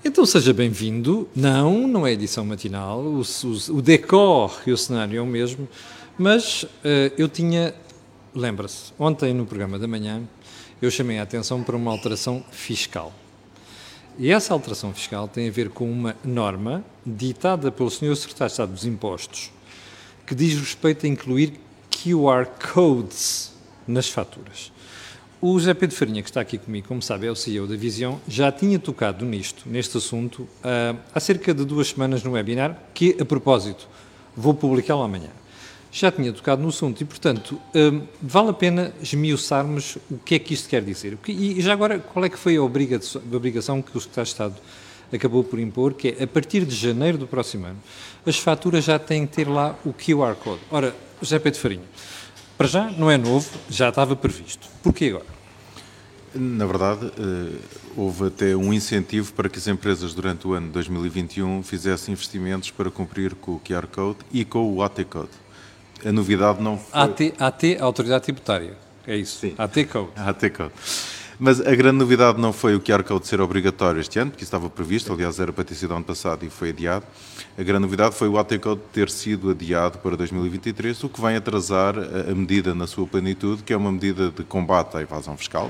Então seja bem-vindo. Não é edição matinal, o decor e o cenário é o mesmo, mas eu tinha, lembra-se, ontem no programa da manhã, eu chamei a atenção para uma alteração fiscal. E essa alteração fiscal tem a ver com uma norma ditada pelo Sr. Secretário de Estado dos Impostos, que diz respeito a incluir QR Codes nas faturas. O José Pedro Farinha, que está aqui comigo, como sabe, é o CEO da Vision, já tinha tocado neste assunto, há cerca de 2 semanas no webinar, que, a propósito, vou publicá-lo amanhã. Já tinha tocado no assunto e, portanto, vale a pena esmiuçarmos o que é que isto quer dizer. E já agora, qual é que foi a obrigação que o Secretário de Estado acabou por impor, que é, a partir de janeiro do próximo ano, as faturas já têm que ter lá o QR Code. Ora, José Pedro Farinha, para já não é novo, já estava previsto. Porquê agora? Na verdade, houve até um incentivo para que as empresas durante o ano de 2021 fizessem investimentos para cumprir com o QR Code e com o AT Code. A novidade não foi... AT, a Autoridade Tributária, é isso? Sim. AT Code. AT Code. Mas a grande novidade não foi o QR Code ser obrigatório este ano, porque isso estava previsto, aliás era para ter sido ano passado e foi adiado. A grande novidade foi o AT Code ter sido adiado para 2023, o que vem atrasar a medida na sua plenitude, que é uma medida de combate à evasão fiscal.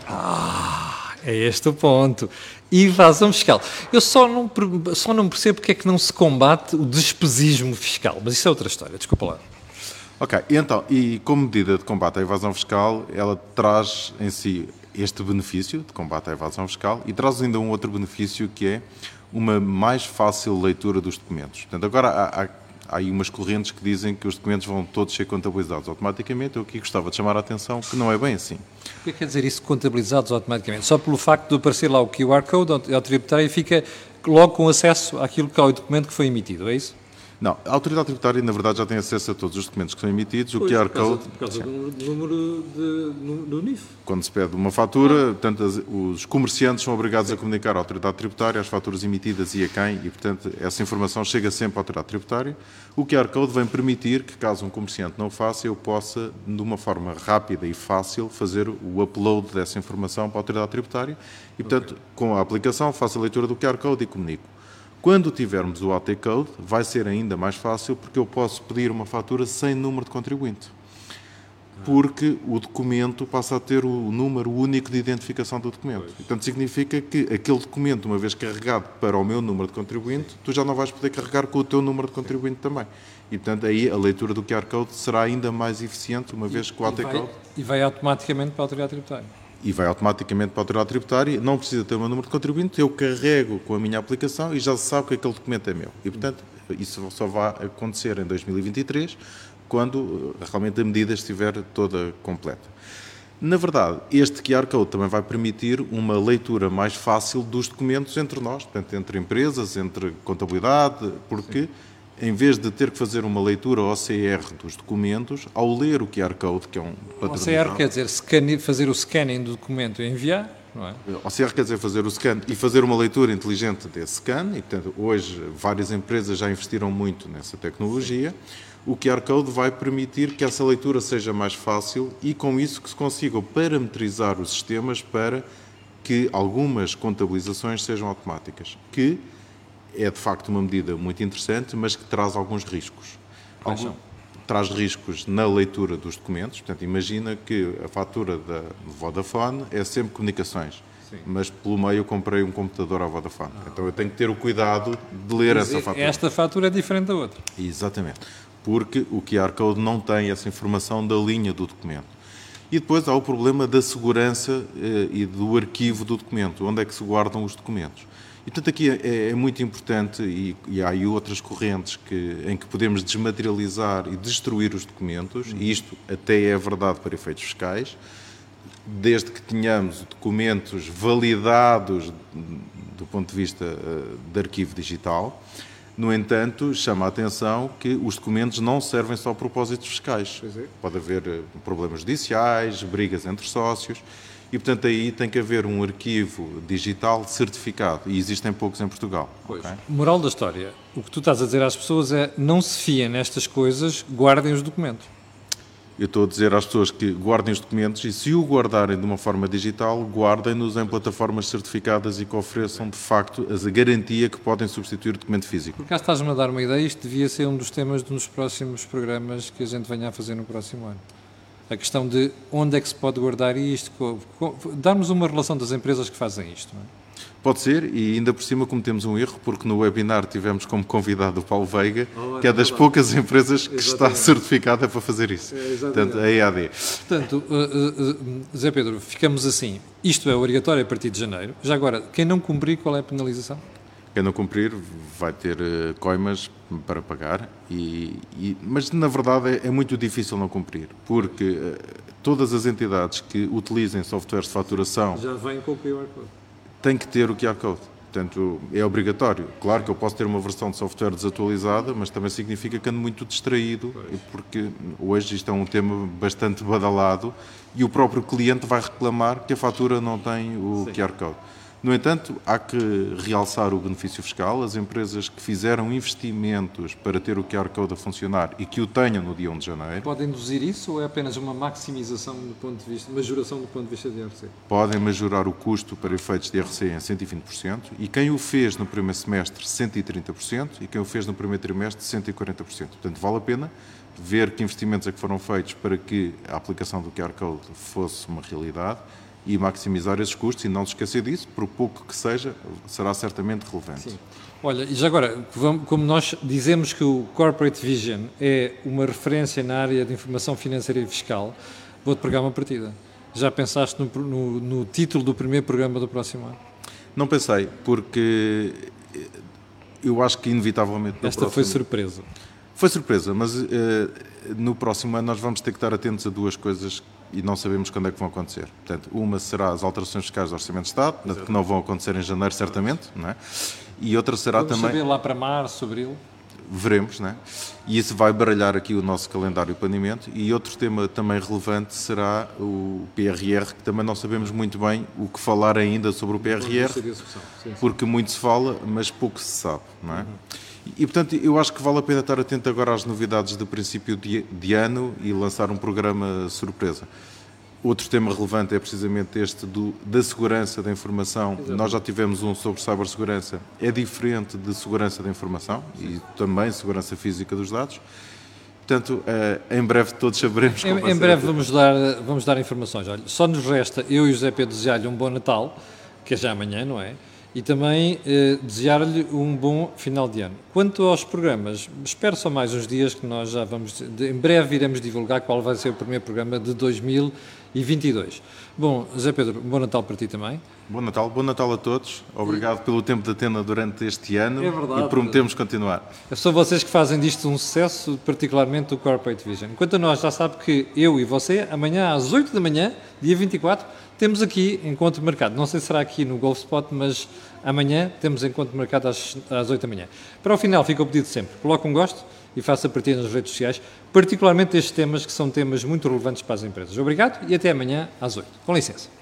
É este o ponto. Evasão fiscal. Eu só não percebo porque é que não se combate o despesismo fiscal, mas isso é outra história, desculpa lá. Ok, então, e como medida de combate à evasão fiscal, ela traz em si este benefício de combate à evasão fiscal e traz ainda um outro benefício que é uma mais fácil leitura dos documentos. Portanto, agora há aí umas correntes que dizem que os documentos vão todos ser contabilizados automaticamente. Eu aqui gostava de chamar a atenção que não é bem assim. O que quer dizer isso, contabilizados automaticamente? Só pelo facto de aparecer lá o QR Code, a tributária fica logo com acesso àquilo que é o documento que foi emitido, é isso? Não, a Autoridade Tributária, na verdade, já tem acesso a todos os documentos que são emitidos. O QR Code... Por causa do número do NIF. Quando se pede uma fatura, portanto, os comerciantes são obrigados a comunicar à Autoridade Tributária as faturas emitidas e a quem, e, portanto, essa informação chega sempre à Autoridade Tributária. O QR Code vem permitir que, caso um comerciante não o faça, eu possa, de uma forma rápida e fácil, fazer o upload dessa informação para a Autoridade Tributária e, portanto, com a aplicação, faço a leitura do QR Code e comunico. Quando tivermos o AT Code, vai ser ainda mais fácil porque eu posso pedir uma fatura sem número de contribuinte. Porque o documento passa a ter o número único de identificação do documento. Portanto, significa que aquele documento, uma vez carregado para o meu número de contribuinte, tu já não vais poder carregar com o teu número de contribuinte também. E, portanto, aí a leitura do QR Code será ainda mais eficiente, uma vez que o AT Code... E vai automaticamente para a Autoridade Tributária. E vai automaticamente para a Autoridade Tributária, não precisa ter o meu número de contribuinte, eu carrego com a minha aplicação e já se sabe que aquele documento é meu. E, portanto, isso só vai acontecer em 2023, quando realmente a medida estiver toda completa. Na verdade, este QR Code também vai permitir uma leitura mais fácil dos documentos entre nós, portanto, entre empresas, entre contabilidade, porque... Sim. Em vez de ter que fazer uma leitura OCR dos documentos, ao ler o QR Code, que é um padronizado... OCR quer dizer fazer o scanning do documento e enviar, não é? OCR quer dizer fazer o scan e fazer uma leitura inteligente desse scan, e portanto hoje várias empresas já investiram muito nessa tecnologia. Sim. O QR Code vai permitir que essa leitura seja mais fácil e com isso que se consigam parametrizar os sistemas para que algumas contabilizações sejam automáticas, que é de facto uma medida muito interessante, mas que traz alguns riscos. Traz riscos na leitura dos documentos. Portanto, imagina que a fatura da Vodafone é sempre comunicações. Sim. Mas pelo meio eu comprei um computador à Vodafone. Então eu tenho que ter o cuidado de ler essa fatura. Esta fatura é diferente da outra. Exatamente. Porque o QR Code não tem essa informação da linha do documento. E depois há o problema da segurança e do arquivo do documento. Onde é que se guardam os documentos? E, portanto, aqui é muito importante, e há aí outras correntes em que podemos desmaterializar e destruir os documentos, e isto até é verdade para efeitos fiscais, desde que tenhamos documentos validados do ponto de vista de arquivo digital. No entanto, chama a atenção que os documentos não servem só a propósitos fiscais. Pode haver problemas judiciais, brigas entre sócios, e, portanto, aí tem que haver um arquivo digital certificado, e existem poucos em Portugal. Pois. Okay? Moral da história, o que tu estás a dizer às pessoas é não se fiem nestas coisas, guardem os documentos. Eu estou a dizer às pessoas que guardem os documentos e, se o guardarem de uma forma digital, guardem-nos em plataformas certificadas e que ofereçam, de facto, a garantia que podem substituir o documento físico. Por acaso estás-me a dar uma ideia, isto devia ser um dos temas dos próximos programas que a gente venha a fazer no próximo ano. A questão de onde é que se pode guardar isto, darmos uma relação das empresas que fazem isto, não é? Pode ser, e ainda por cima cometemos um erro, porque no webinar tivemos como convidado o Paulo Veiga, que é das poucas empresas que está certificada para fazer isso. Portanto, a EAD. Portanto, Zé Pedro, ficamos assim. Isto é obrigatório a partir de janeiro. Já agora, quem não cumprir, qual é a penalização? Quem não cumprir vai ter coimas para pagar, mas na verdade é muito difícil não cumprir, porque todas as entidades que utilizem softwares de faturação já vêm com o QR Code. Têm que ter o QR Code. Portanto, é obrigatório. Claro que eu posso ter uma versão de software desatualizada, mas também significa que ando muito distraído, porque hoje isto é um tema bastante badalado e o próprio cliente vai reclamar que a fatura não tem o QR Code. No entanto, há que realçar o benefício fiscal. As empresas que fizeram investimentos para ter o QR Code a funcionar e que o tenham no dia 1 de janeiro... Podem induzir isso ou é apenas uma maximização do ponto de vista, majoração do ponto de vista de IRC? Podem majorar o custo para efeitos de IRC em 120%, e quem o fez no primeiro semestre 130%, e quem o fez no primeiro trimestre 140%. Portanto, vale a pena ver que investimentos é que foram feitos para que a aplicação do QR Code fosse uma realidade e maximizar esses custos, e não se esquecer disso, por pouco que seja, será certamente relevante. Sim. Olha, e já agora, como nós dizemos que o Corporate Vision é uma referência na área de informação financeira e fiscal, vou-te pregar uma partida. Já pensaste no título do primeiro programa do próximo ano? Não pensei, porque eu acho que inevitavelmente... Esta foi surpresa. Foi surpresa, mas no próximo ano nós vamos ter que estar atentos a duas coisas e não sabemos quando é que vão acontecer. Portanto, uma será as alterações fiscais do Orçamento de Estado, que não vão acontecer em janeiro, certamente, não é? E outra será vamos também... saber lá para março, abril? Veremos, não é? E isso vai baralhar aqui o nosso calendário de planeamento. E outro tema também relevante será o PRR, que também não sabemos muito bem o que falar ainda sobre o PRR, porque muito se fala, mas pouco se sabe, não é? E, portanto, eu acho que vale a pena estar atento agora às novidades do princípio de ano e lançar um programa surpresa. Outro tema relevante é precisamente este da segurança da informação. Exatamente. Nós já tivemos um sobre cibersegurança. É diferente de segurança da informação e também segurança física dos dados. Portanto, em breve todos saberemos como vai ser. Em breve vamos dar informações. Olha, só nos resta, eu e o José Pedro, desejar-lhe um bom Natal, que é já amanhã, não é? E também desejar-lhe um bom final de ano. Quanto aos programas, espero só mais uns dias que nós já vamos... em breve iremos divulgar qual vai ser o primeiro programa de 2022. Bom, Zé Pedro, bom Natal para ti também. Bom Natal a todos. Obrigado pelo tempo de antena durante este ano. É verdade. E prometemos continuar. São vocês que fazem disto um sucesso, particularmente o Corporate Vision. Quanto a nós, já sabe que eu e você, amanhã às 8 da manhã, dia 24, temos aqui encontro marcado. Não sei se será aqui no Golf Spot, mas amanhã temos encontro marcado às 8 da manhã. Para o final, fica o pedido sempre. Coloque um gosto e faça partilha nas redes sociais, particularmente estes temas que são temas muito relevantes para as empresas. Obrigado e até amanhã às 8. Com licença.